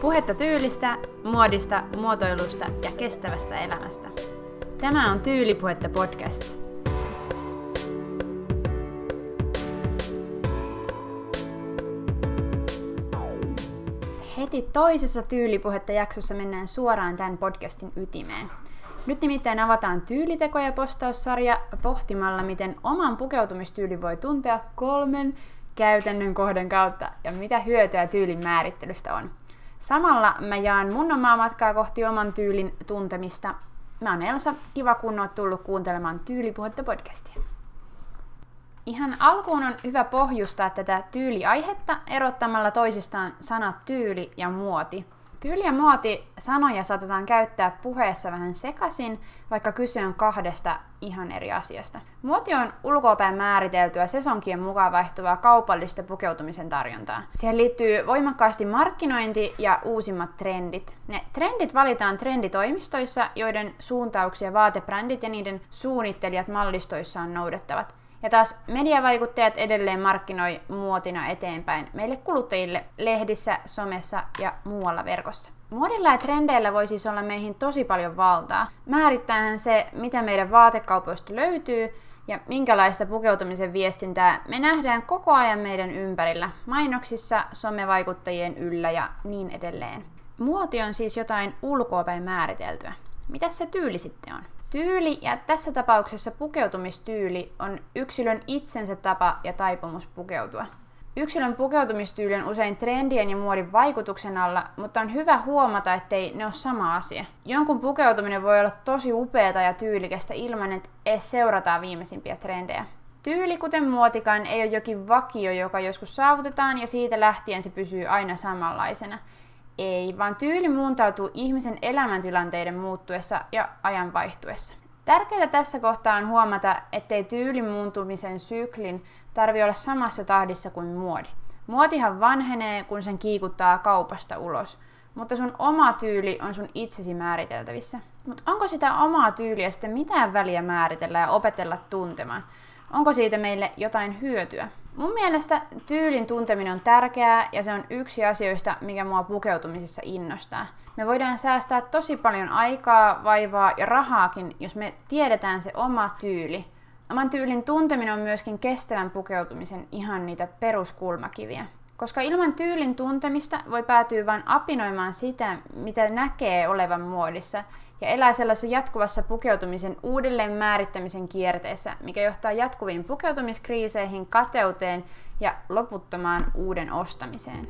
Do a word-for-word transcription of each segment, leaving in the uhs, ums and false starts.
Puhetta tyylistä, muodista, muotoilusta ja kestävästä elämästä. Tämä on Tyylipuhetta podcast. Heti toisessa Tyylipuhetta jaksossa mennään suoraan tämän podcastin ytimeen. Nyt nimittäin avataan tyylitekoja postaussarja pohtimalla, miten oman pukeutumistyyli voi tuntea kolmen käytännön kohdan kautta ja mitä hyötyä tyylin määrittelystä on. Samalla mä jaan mun omaa matkaa kohti oman tyylin tuntemista. Mä oon Elsa, kiva kun oot tullut kuuntelemaan Tyylipuhetta podcastia. Ihan alkuun on hyvä pohjustaa tätä tyyliaihetta erottamalla toisistaan sanat tyyli ja muoti. Tyyli ja muoti sanoja saatetaan käyttää puheessa vähän sekaisin, vaikka kyse on kahdesta ihan eri asiasta. Muoti on ulkoapäin määriteltyä sesonkien mukaan vaihtuvaa kaupallista pukeutumisen tarjontaa. Siihen liittyy voimakkaasti markkinointi ja uusimmat trendit. Ne trendit valitaan trenditoimistoissa, joiden suuntauksia vaatebrändit ja niiden suunnittelijat mallistoissaan noudattavat. Ja taas mediavaikuttajat edelleen markkinoi muotina eteenpäin meille kuluttajille lehdissä, somessa ja muualla verkossa. Muodilla ja trendeillä voi siis olla meihin tosi paljon valtaa. Määrittäähän se, mitä meidän vaatekaupoista löytyy ja minkälaista pukeutumisen viestintää me nähdään koko ajan meidän ympärillä, mainoksissa, somevaikuttajien yllä ja niin edelleen. Muoti on siis jotain ulkoapäin määriteltyä. Mitäs se tyyli sitten on? Tyyli, ja tässä tapauksessa pukeutumistyyli, on yksilön itsensä tapa ja taipumus pukeutua. Yksilön pukeutumistyyli on usein trendien ja muodin vaikutuksen alla, mutta on hyvä huomata, ettei ne ole sama asia. Jonkun pukeutuminen voi olla tosi upeata ja tyylikästä ilman, että edes seurataan viimeisimpiä trendejä. Tyyli, kuten muotikaan, ei ole jokin vakio, joka joskus saavutetaan ja siitä lähtien se pysyy aina samanlaisena. Ei, vaan tyyli muuntautuu ihmisen elämäntilanteiden muuttuessa ja ajan vaihtuessa. Tärkeää tässä kohtaa on huomata, ettei tyylin muuntumisen syklin tarvi olla samassa tahdissa kuin muodi. Muotihan vanhenee, kun sen kiikuttaa kaupasta ulos, mutta sun oma tyyli on sun itsesi määriteltävissä. Mutta onko sitä omaa tyyliä sitten mitään väliä määritellä ja opetella tuntemaan? Onko siitä meille jotain hyötyä? Mun mielestä tyylin tunteminen on tärkeää ja se on yksi asioista, mikä mua pukeutumisessa innostaa. Me voidaan säästää tosi paljon aikaa, vaivaa ja rahaakin, jos me tiedetään se oma tyyli. Oman tyylin tunteminen on myöskin kestävän pukeutumisen ihan niitä peruskulmakiviä. Koska ilman tyylin tuntemista voi päätyä vain apinoimaan sitä, mitä näkee olevan muodissa, ja elää sellaisessa jatkuvassa pukeutumisen uudelleen määrittämisen kierteessä, mikä johtaa jatkuviin pukeutumiskriiseihin, kateuteen ja loputtomaan uuden ostamiseen.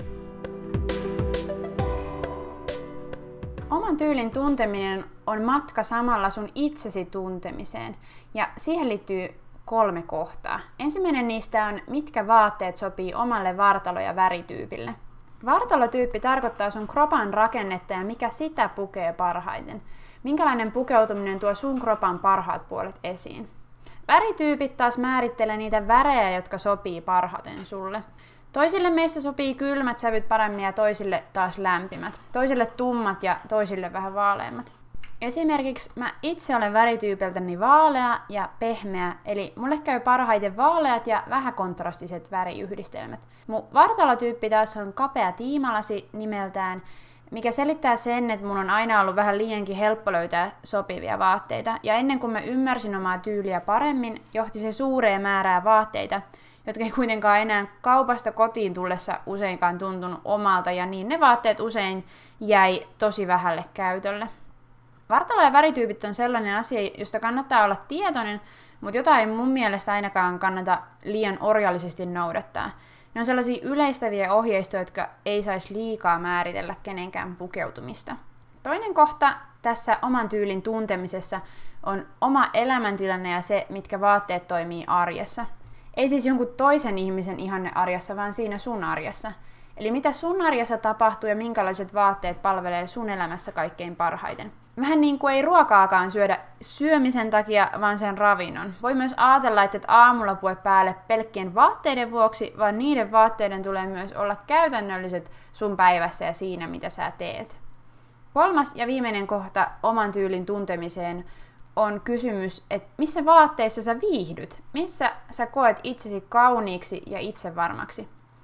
Oman tyylin tunteminen on matka samalla sun itsesi tuntemiseen, ja siihen liittyy kolme kohtaa. Ensimmäinen niistä on, mitkä vaatteet sopii omalle vartalo- ja värityypille. Vartalotyyppi tarkoittaa sun kropan rakennetta ja mikä sitä pukee parhaiten. Minkälainen pukeutuminen tuo sun kropan parhaat puolet esiin. Värityypit taas määrittelee niitä värejä, jotka sopii parhaiten sulle. Toisille meistä sopii kylmät sävyt paremmin ja toisille taas lämpimät. Toisille tummat ja toisille vähän vaaleammat. Esimerkiksi mä itse olen värityypiltäni vaalea ja pehmeä, eli mulle käy parhaiten vaaleat ja vähäkontrastiset väriyhdistelmät. Mun vartalotyyppi taas on kapea tiimalasi nimeltään, mikä selittää sen, että mun on aina ollut vähän liiankin helppo löytää sopivia vaatteita, ja ennen kuin mä ymmärsin omaa tyyliä paremmin, johti se suureen määrää vaatteita, jotka ei kuitenkaan enää kaupasta kotiin tullessa useinkaan tuntunut omalta, ja niin ne vaatteet usein jäi tosi vähälle käytölle. Vartalo- ja värityypit on sellainen asia, josta kannattaa olla tietoinen, mutta jota ei mun mielestä ainakaan kannata liian orjallisesti noudattaa. Ne on sellaisia yleistäviä ohjeistoja, jotka ei saisi liikaa määritellä kenenkään pukeutumista. Toinen kohta tässä oman tyylin tuntemisessa on oma elämäntilanne ja se, mitkä vaatteet toimii arjessa. Ei siis jonkun toisen ihmisen ihanne arjessa, vaan siinä sun arjessa. Eli mitä sun arjessa tapahtuu ja minkälaiset vaatteet palvelee sun elämässä kaikkein parhaiten. Vähän niin kuin ei ruokaakaan syödä syömisen takia, vaan sen ravinnon. Voi myös ajatella, että et aamulla pue päälle pelkkien vaatteiden vuoksi, vaan niiden vaatteiden tulee myös olla käytännölliset sun päivässä ja siinä, mitä sä teet. Kolmas ja viimeinen kohta oman tyylin tuntemiseen on kysymys, että missä vaatteissa sä viihdyt, missä sä koet itsesi kauniiksi ja itsevarmaksi.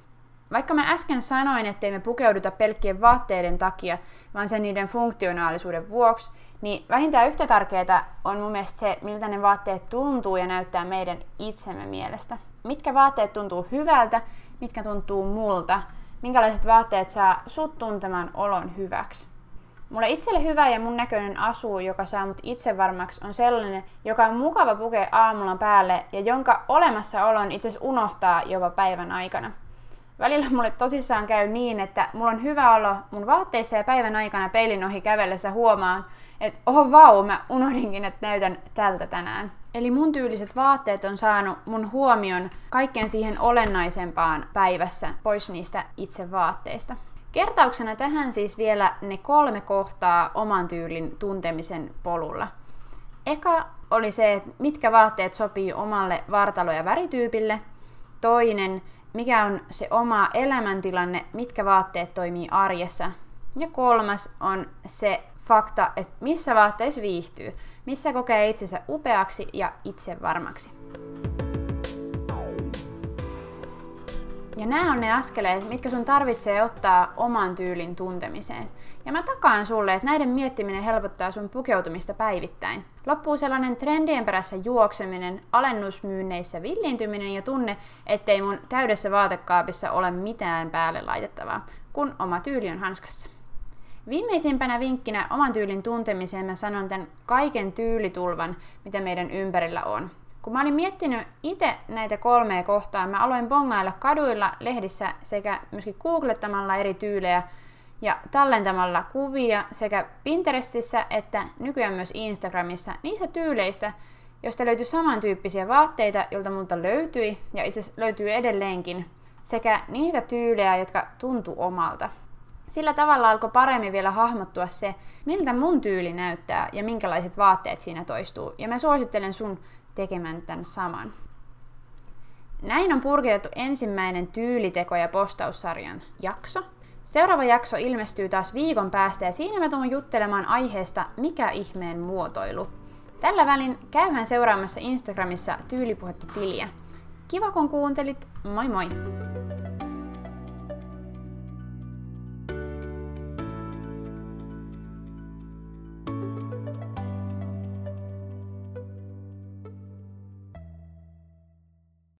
Vaikka mä äsken sanoin, ettei me pukeuduta pelkkien vaatteiden takia, vaan sen niiden funktionaalisuuden vuoksi, niin vähintään yhtä tärkeää on mun mielestä se, miltä ne vaatteet tuntuu ja näyttää meidän itsemme mielestä. Mitkä vaatteet tuntuu hyvältä, mitkä tuntuu multa, minkälaiset vaatteet saa sut tuntemaan olon hyväksi. Mulle itselle hyvä ja mun näköinen asu, joka saa mut itsevarmaksi, on sellainen, joka on mukava pukea aamulla päälle ja jonka olemassaolon itse asiassa unohtaa jopa päivän aikana. Välillä mulle tosissaan käy niin, että mulla on hyvä olo mun vaatteissa ja päivän aikana peilin ohi kävellessä huomaan, että oho vau, mä unohdinkin, että näytän tältä tänään. Eli mun tyyliset vaatteet on saanut mun huomion kaikkeen siihen olennaisempaan päivässä pois niistä itse vaatteista. Kertauksena tähän siis vielä ne kolme kohtaa oman tyylin tuntemisen polulla. Eka oli se, että mitkä vaatteet sopii omalle vartalo- ja värityypille. Toinen, mikä on se oma elämäntilanne, mitkä vaatteet toimii arjessa. Ja kolmas on se fakta, että missä vaatteissa viihtyy, missä kokee itsensä upeaksi ja itsevarmaksi. Ja nämä on ne askeleet, mitkä sun tarvitsee ottaa oman tyylin tuntemiseen. Ja mä takaan sulle, että näiden miettiminen helpottaa sun pukeutumista päivittäin. Loppuu sellainen trendien perässä juokseminen, alennusmyynneissä villiintyminen ja tunne, ettei mun täydessä vaatekaapissa ole mitään päälle laitettavaa, kun oma tyyli on hanskassa. Viimeisimpänä vinkkinä oman tyylin tuntemiseen mä sanon tämän kaiken tyylitulvan, mitä meidän ympärillä on. Kun mä olin miettinyt itse näitä kolmea kohtaa, mä aloin bongailla kaduilla, lehdissä sekä myöskin googlettamalla eri tyylejä ja tallentamalla kuvia sekä Pinterestissä että nykyään myös Instagramissa niistä tyyleistä, joista löytyi samantyyppisiä vaatteita, joilta multa löytyi ja itse asiassa löytyy edelleenkin, sekä niitä tyylejä, jotka tuntuu omalta. Sillä tavalla alkoi paremmin vielä hahmottua se, miltä mun tyyli näyttää ja minkälaiset vaatteet siinä toistuu, ja mä suosittelen sun tekemään tämän saman. Näin on purkitettu ensimmäinen tyyliteko- ja postaussarjan jakso. Seuraava jakso ilmestyy taas viikon päästä ja siinä mä tuun juttelemaan aiheesta mikä ihmeen muotoilu. Tällä välin käyhän seuraamassa Instagramissa Tyylipuhetta-tiliä. Kiva kun kuuntelit, moi moi!